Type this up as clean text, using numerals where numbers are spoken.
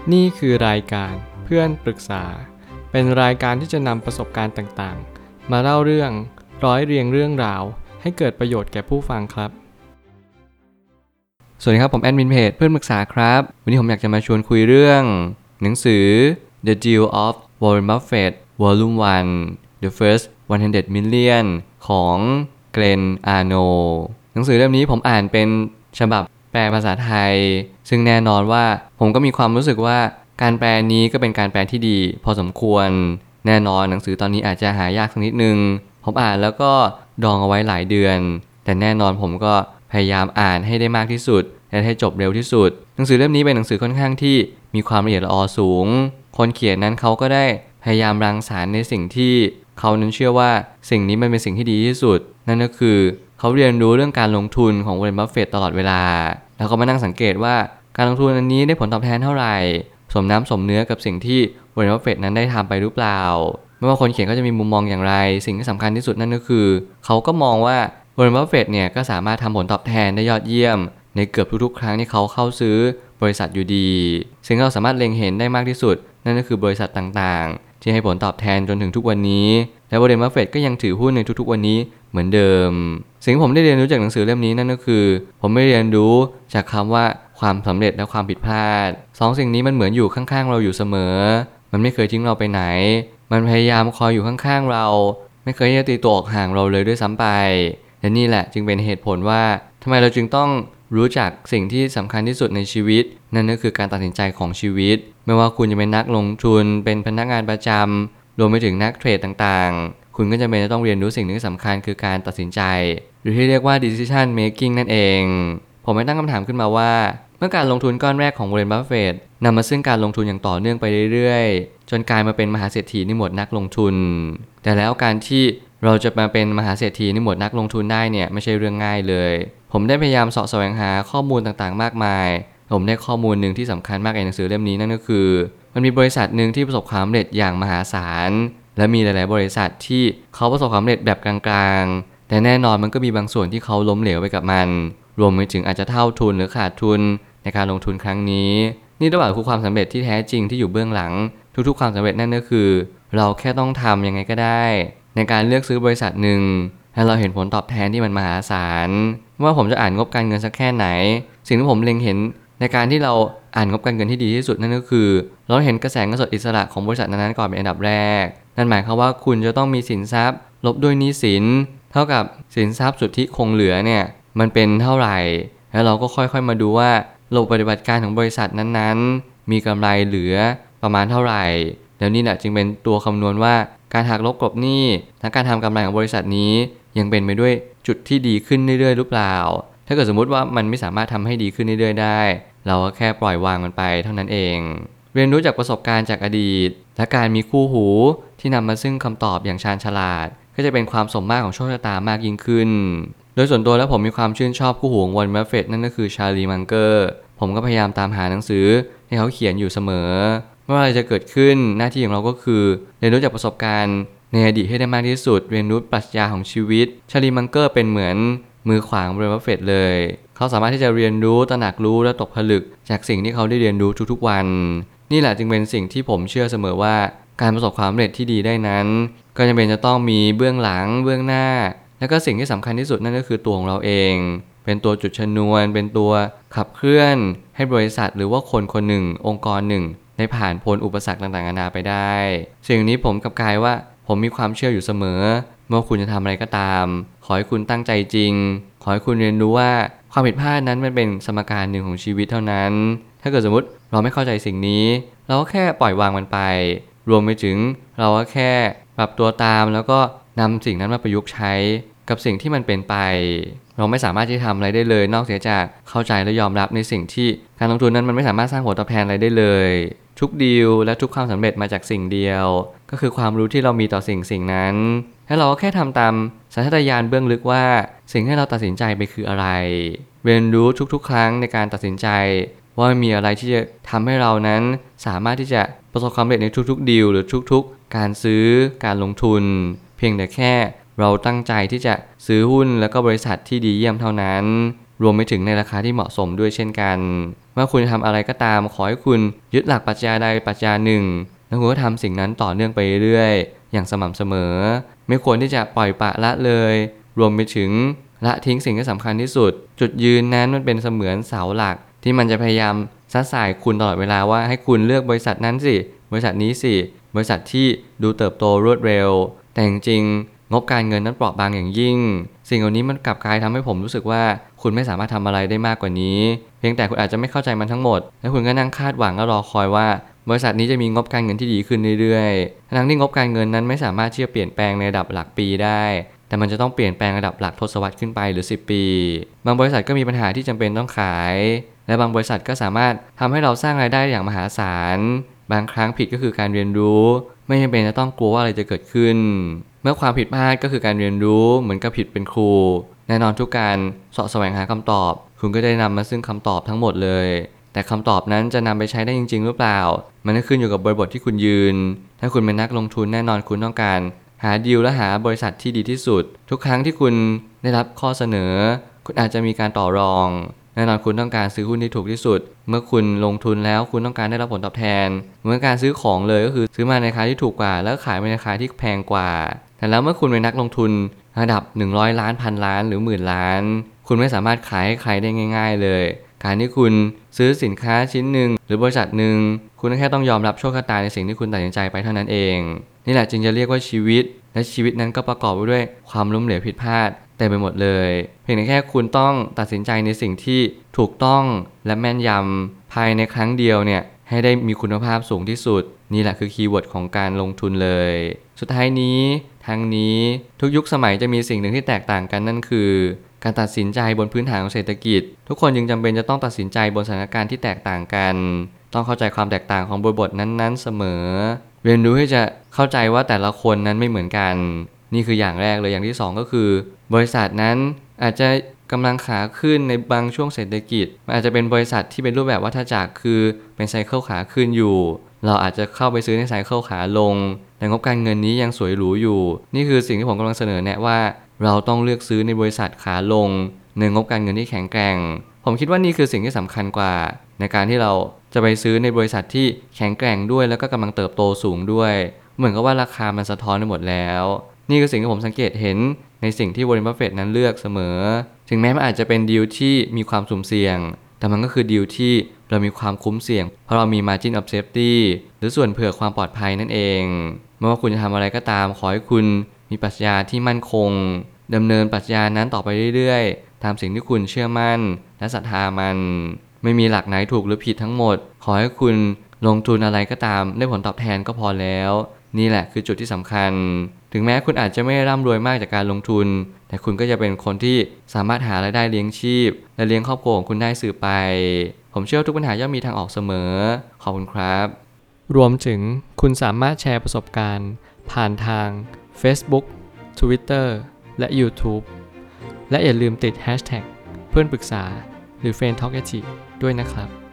นี่คือรายการเพื่อนปรึกษาเป็นรายการที่จะนำประสบการณ์ต่างๆมาเล่าเรื่องร้อยเรียงเรื่องราวให้เกิดประโยชน์แก่ผู้ฟังครับสวัสดีครับผมแอดมินเพจเพื่อนปรึกษาครับวันนี้ผมอยากจะมาชวนคุยเรื่องหนังสือ The Deal of Warren Buffett Volume 1 The First 100 Million ของเกรน อาร์โนหนังสือเล่มนี้ผมอ่านเป็นฉบับแปลภาษาไทยซึ่งแน่นอนว่าผมก็มีความรู้สึกว่าการแปลนี้ก็เป็นการแปลที่ดีพอสมควรแน่นอนหนังสือตอนนี้อาจจะหายากสักนิดนึงผมอ่านแล้วก็ดองเอาไว้หลายเดือนแต่แน่นอนผมก็พยายามอ่านให้ได้มากที่สุดและให้จบเร็วที่สุดหนังสือเล่มนี้เป็นหนังสือค่อนข้างที่มีความละเอียดละออสูงคนเขียนนั้นเขาก็ได้พยายามรังสรรค์ในสิ่งที่เขานั้นเชื่อว่าสิ่งนี้มันเป็นสิ่งที่ดีที่สุดนั่นก็คือเขาเรียนรู้เรื่องการลงทุนของวอร์เรน บัฟเฟตต์ตลอดเวลาแล้วก็มานั่งสังเกตว่าการลงทุนอันนี้ได้ผลตอบแทนเท่าไหร่สมน้ำสมเนื้อกับสิ่งที่วอร์เรน บัฟเฟตต์นั้นได้ทำไปหรือเปล่าไม่ว่าคนเขียนก็จะมีมุมมองอย่างไรสิ่งที่สำคัญที่สุดนั่นก็คือเขาก็มองว่าวอร์เรน บัฟเฟตต์เนี่ยก็สามารถทำผลตอบแทนได้ยอดเยี่ยมในเกือบทุกๆครั้งที่เขาเข้าซื้อบริษัทอยู่ดีสิ่งที่เราสามารถเล็งเห็นได้มากที่สุดนั่นก็คือบริษัทต่างๆที่ให้ผลตอบแทนจนถึงทุกวันนี้และวอร์เรน บัฟเฟตต์ก็ยังถือหุ้นในทุกๆวันนี้เหมือนเดิมสิ่งที่ผมได้เรียนรู้จากหนังสือเล่มนี้นั่นก็คือผมได้เรียนรู้จากคำว่าความสำเร็จและความผิดพลาดสองสิ่งนี้มันเหมือนอยู่ข้างๆเราอยู่เสมอมันไม่เคยทิ้งเราไปไหนมันพยายามคอยอยู่ข้างๆเราไม่เคยจะตีตัวออกห่างเราเลยด้วยซ้ำไปและนี่แหละจึงเป็นเหตุผลว่าทำไมเราจึงต้องรู้จักสิ่งที่สำคัญที่สุดในชีวิตนั่นก็คือการตัดสินใจของชีวิตไม่ว่าคุณจะเป็นนักลงทุนเป็นพนักงานประจำรวมไปถึงนักเทรดต่างๆคุณก็จะเป็นต้องเรียนรู้สิ่งที่สำคัญคือการตัดสินใจหรือที่เรียกว่า decision making นั่นเองผมได้ตั้งคำถามขึ้นมาว่าเมื่อการลงทุนก้อนแรกของวอร์เรน บัฟเฟตต์นำมาซึ่งการลงทุนอย่างต่อเนื่องไปเรื่อยๆจนกลายมาเป็นมหาเศรษฐีในหมวดนักลงทุนแต่แล้วการที่เราจะมาเป็นมหาเศรษฐีในหมวดนักลงทุนได้เนี่ยไม่ใช่เรื่องง่ายเลยผมได้พยายามเสาะแสวงหาข้อมูลต่างๆมากมายผมได้ข้อมูลหนึ่งที่สำคัญมากในหนังสือเล่มนี้นั่นก็คือมันมีบริษัทหนึ่งที่ประสบความสำเร็จอย่างมหาศาลและมีหลายๆบริษัทที่เขาประสบความสำเร็จแบบกลางๆแต่แน่นอนมันก็มีบางส่วนที่เขาล้มเหลวไปกับมันรวมไปถึงอาจจะเท่าทุนหรือขาดทุนในการลงทุนครั้งนี้นี่ระหว่างคือความสำเร็จที่แท้จริงที่อยู่เบื้องหลังทุกๆความสำเร็จนั่นก็คือเราแค่ต้องทำยังไงก็ได้ในการเลือกซื้อบริษัทหนึ่งให้เราเห็นผลตอบแทนที่มันมหาศาลว่าผมจะอ่านงบการเงินสักแค่ไหนสิ่งที่ผมเล็งเห็นในการที่เราอ่านงบการเงินที่ดีที่สุดนั่นก็คือเราเห็นกระแสเงินสดอิสระของบริษัทนั้นๆก่อนเป็นอันดับแรกนั่นหมายความว่าคุณจะต้องมีสินทรัพย์ลบด้วยหนี้สินเท่ากับสินทรัพย์สุทธิคงเหลือเนี่ยมันเป็นเท่าไหร่แล้วเราก็ค่อยๆมาดูว่าระบบปฏิบัติการของบริษัทนั้นๆมีกำไรเหลือประมาณเท่าไหร่แล้วนี่แหละจึงเป็นตัวคำนวณว่าการหักลบกลบหนี้และการทำกำไรของบริษัทนี้ยังเป็นไปด้วยจุดที่ดีขึ้นเรื่อยๆหรือเปล่าถ้าเกิดสมมุติว่ามันไม่สามารถทำให้ดีขึ้นเรื่อยๆได้เราก็แค่ปล่อยวางมันไปเท่านั้นเองเรียนรู้จากประสบการณ์จากอดีตและการมีคู่หูที่นำมาซึ่งคำตอบอย่างชาญฉลาดก็จะเป็นความสมมาตรของโชคชะตามากยิ่งขึ้นโดยส่วนตัวแล้วผมมีความชื่นชอบคู่หูของวอร์เรน บัฟเฟตต์นั่นก็คือชาลี มังเกอร์ผมก็พยายามตามหาหนังสือที่เขาเขียนอยู่เสมอไม่ว่าอะไรจะเกิดขึ้นหน้าที่ของเราก็คือเรียนรู้จากประสบการณ์ในอดีตให้ได้มากที่สุดเรียนรู้ปรัชญาของชีวิตชาลี มังเกอร์เป็นเหมือนมือขวางวอร์เรน บัฟเฟตต์เลยเขาสามารถที่จะเรียนรู้ตระหนักรู้และตกผลึกจากสิ่งที่เขาได้เรียนรู้ทุกๆวันนี่แหละจึงเป็นสิ่งที่ผมเชื่อเสมอว่าการประสบความสำเร็จที่ดีได้นั้นก็จำเป็นจะต้องมีเบื้องหลังเบื้องหน้าและก็สิ่งที่สำคัญที่สุดนั่นก็คือตัวของเราเองเป็นตัวจุดชนวนเป็นตัวขับเคลื่อนให้บริษัทหรือว่าคนคนหนึ่งองค์กรหนึ่งได้ผ่านพ้นอุปสรรคต่างๆนานาไปได้สิ่งนี้ผมกลับกลายว่าผมมีความเชื่ออยู่เสมอเมื่อคุณจะทำอะไรก็ตามขอให้คุณตั้งใจจริงขอให้คุณเรียนรู้ว่าความผิดพลาดนั้นมันเป็นสมการหนึ่งของชีวิตเท่านั้นถ้าเกิดสมมติเราไม่เข้าใจสิ่งนี้เราก็แค่ปล่อยวางมันไปรวมไปถึงเราก็แค่ปรับตัวตามแล้วก็นำสิ่งนั้นมาประยุกต์ใช้กับสิ่งที่มันเป็นไปเราไม่สามารถที่จะทำอะไรได้เลยนอกเสียจากเข้าใจและยอมรับในสิ่งที่การลงทุนนั้นมันไม่สามารถสร้างผลตอบแทนอะไรได้เลยทุกดีลและทุกความสำเร็จมาจากสิ่งเดียวก็คือความรู้ที่เรามีต่อสิ่งนั้นให้เราก็แค่ทำตามสัญชาตญาณเบื้องลึกว่าสิ่งที่เราตัดสินใจไปคืออะไรเรียนรู้ทุกๆครั้งในการตัดสินใจว่ามีอะไรที่จะทำให้เรานั้นสามารถที่จะประสบความสำเร็จในทุกๆดีลหรือทุกๆการซื้อการลงทุนเพียงแต่แค่เราตั้งใจที่จะซื้อหุ้นแล้วก็บริษัทที่ดีเยี่ยมเท่านั้นรวมไปถึงในราคาที่เหมาะสมด้วยเช่นกันเมื่อคุณทำอะไรก็ตามขอให้คุณยึดหลักปรัชญาใดปรัชญาหนึ่งแล้วคุณก็ทำสิ่งนั้นต่อเนื่องไปเรื่อยๆอย่างสม่ำเสมอไม่ควรที่จะปล่อยปละละเลยรวมไปถึงละทิ้งสิ่งที่สำคัญที่สุดจุดยืนนั้นมันเป็นเสมือนเสาหลักที่มันจะพยายามซัดสายคุณตลอดเวลาว่าให้คุณเลือกบริษัทนั้นสิบริษัทนี้สิบริษัทที่ดูเติบโตรวดเร็วแต่จริงงบการเงินนั้นเปราะบางอย่างยิ่งสิ่งเหล่านี้มันกลับกลายทำให้ผมรู้สึกว่าคุณไม่สามารถทำอะไรได้มากกว่านี้เพียงแต่คุณอาจจะไม่เข้าใจมันทั้งหมดและคุณก็นั่งคาดหวังและรอคอยว่าบริษัทนี้จะมีงบการเงินที่ดีขึ้นเรื่อยๆทั้งที่งบการเงินนั้นไม่สามารถที่จะเปลี่ยนแปลงในระดับหลักปีได้แต่มันจะต้องเปลี่ยนแปลงระดับหลักทศวรรษขึ้นไปหรือ10ปีบางบริษัทก็มีปัญหาที่จำเป็นต้องขายและบางบริษัทก็สามารถทำให้เราสร้างรายได้อย่างมหาศาลบางครั้งผิดก็คือการเรียนรู้ไม่จำเป็นจะต้องกลัวว่าอะไรจะเกิดขึ้นเมื่อความผิดพลาดก็คือการเรียนรู้เหมือนกับผิดเป็นครูแน่นอนทุกการเสาะแสวงหาคำตอบคุณก็ได้นำมาซึ่งคำตอบทั้งหมดเลยแต่คำตอบนั้นจะนำไปใช้ได้จริงๆหรือเปล่ามันก็ขึ้นอยู่กับบริบทที่คุณยืนถ้าคุณเป็นนักลงทุนแน่นอนคุณต้องการหาดีลและหาบริษัทที่ดีที่สุดทุกครั้งที่คุณได้รับข้อเสนอคุณอาจจะมีการต่อรองแน่นอนคุณต้องการซื้อหุ้นที่ถูกที่สุดเมื่อคุณลงทุนแล้วคุณต้องการได้รับผลตอบแทนเหมือนการซื้อของเลยก็คือซื้อมาในราคาที่ถูกกว่าแล้วขายในราคาที่แพงกว่าแต่แล้วเมื่อคุณเป็นนักลงทุนระดับ100ล้านพันล้านหรือหมื่นล้านคุณไม่สามารถขายให้ใครได้ง่ายๆเลยการที่คุณซื้อสินค้าชิ้นหนึ่งหรือบริษัทหนึ่งคุณแค่ต้องยอมรับโชคชะตาในสิ่งที่คุณตัดสินใจไปเท่านั้นเองนี่แหละจึงจะเรียกว่าชีวิตและชีวิตนั้นก็ประกอบไปด้วยความล้มเหลวผิดพลาดเต็มไปหมดเลยเพียงแต่แค่คุณต้องตัดสินใจในสิ่งที่ถูกต้องและแม่นยำภายในครั้งเดียวเนี่ยให้ได้มีคุณภาพสูงที่สุดนี่แหละคือคีย์เวิร์ดของการลงทุนเลยสุดท้ายนี้ทั้งนี้ทุกยุคสมัยจะมีสิ่งหนึ่งที่แตกต่างกันนั่นคือการตัดสินใจบนพื้นฐานของเศรษฐกิจทุกคนจึงจำเป็นจะต้องตัดสินใจบนสถานการณ์ที่แตกต่างกันต้องเข้าใจความแตกต่างของบริบทนั้นๆเสมอเรียนรู้ที่จะเข้าใจว่าแต่ละคนนั้นไม่เหมือนกันนี่คืออย่างแรกเลยอย่างที่สองก็คือบริษัทนั้นอาจจะกำลังขาขึ้นในบางช่วงเศรษฐกิจมันอาจจะเป็นบริษัทที่เป็นรูปแบบวัฏจักรคือเป็นไซเคิลขาขึ้นอยู่เราอาจจะเข้าไปซื้อในไซเคิลขาลงแต่งบการเงินนี้ยังสวยหรูอยู่นี่คือสิ่งที่ผมกำลังเสนอแนะว่าเราต้องเลือกซื้อในบริษัทขาลงในงบการเงินที่แข็งแกร่งผมคิดว่านี่คือสิ่งที่สำคัญกว่าในการที่เราจะไปซื้อในบริษัทที่แข็งแกร่งด้วยแล้วก็กำลังเติบโตสูงด้วยเหมือนกับว่าราคามันสะท้อนไปหมดแล้วนี่คือสิ่งที่ผมสังเกตเห็นในสิ่งที่วอร์เรน บัฟเฟตต์นั้นเลือกเสมอถึงแม้มันอาจจะเป็นดีลที่มีความสุ่มเสี่ยงแต่มันก็คือดีลที่เรามีความคุ้มเสี่ยงเพราะเรามี margin of safety หรือส่วนเผื่อความปลอดภัยนั่นเองไม่ว่าคุณจะทำอะไรก็ตามขอให้คุณมีปรัชญาที่มั่นคงดำเนินปรัชญานั้นต่อไปเรื่อยๆตามสิ่งที่คุณเชื่อมั่นและศรัทธามันไม่มีหลักไหนถูกหรือผิดทั้งหมดขอให้คุณลงทุนอะไรก็ตามได้ผลตอบแทนก็พอแล้วนี่แหละคือจุดที่สำคัญถึงแม้คุณอาจจะไม่ร่ำรวยมากจากการลงทุนแต่คุณก็จะเป็นคนที่สามารถหารายได้เลี้ยงชีพและเลี้ยงครอบครัวของคุณได้สืบไปผมเชื่อว่าทุกปัญหาย่อมมีทางออกเสมอขอบคุณครับรวมถึงคุณสามารถแชร์ประสบการณ์ผ่านทาง Facebook Twitter และ YouTube และอย่าลืมติด Hashtag เพื่อนปรึกษาหรือ Friend Talk ด้วยนะครับ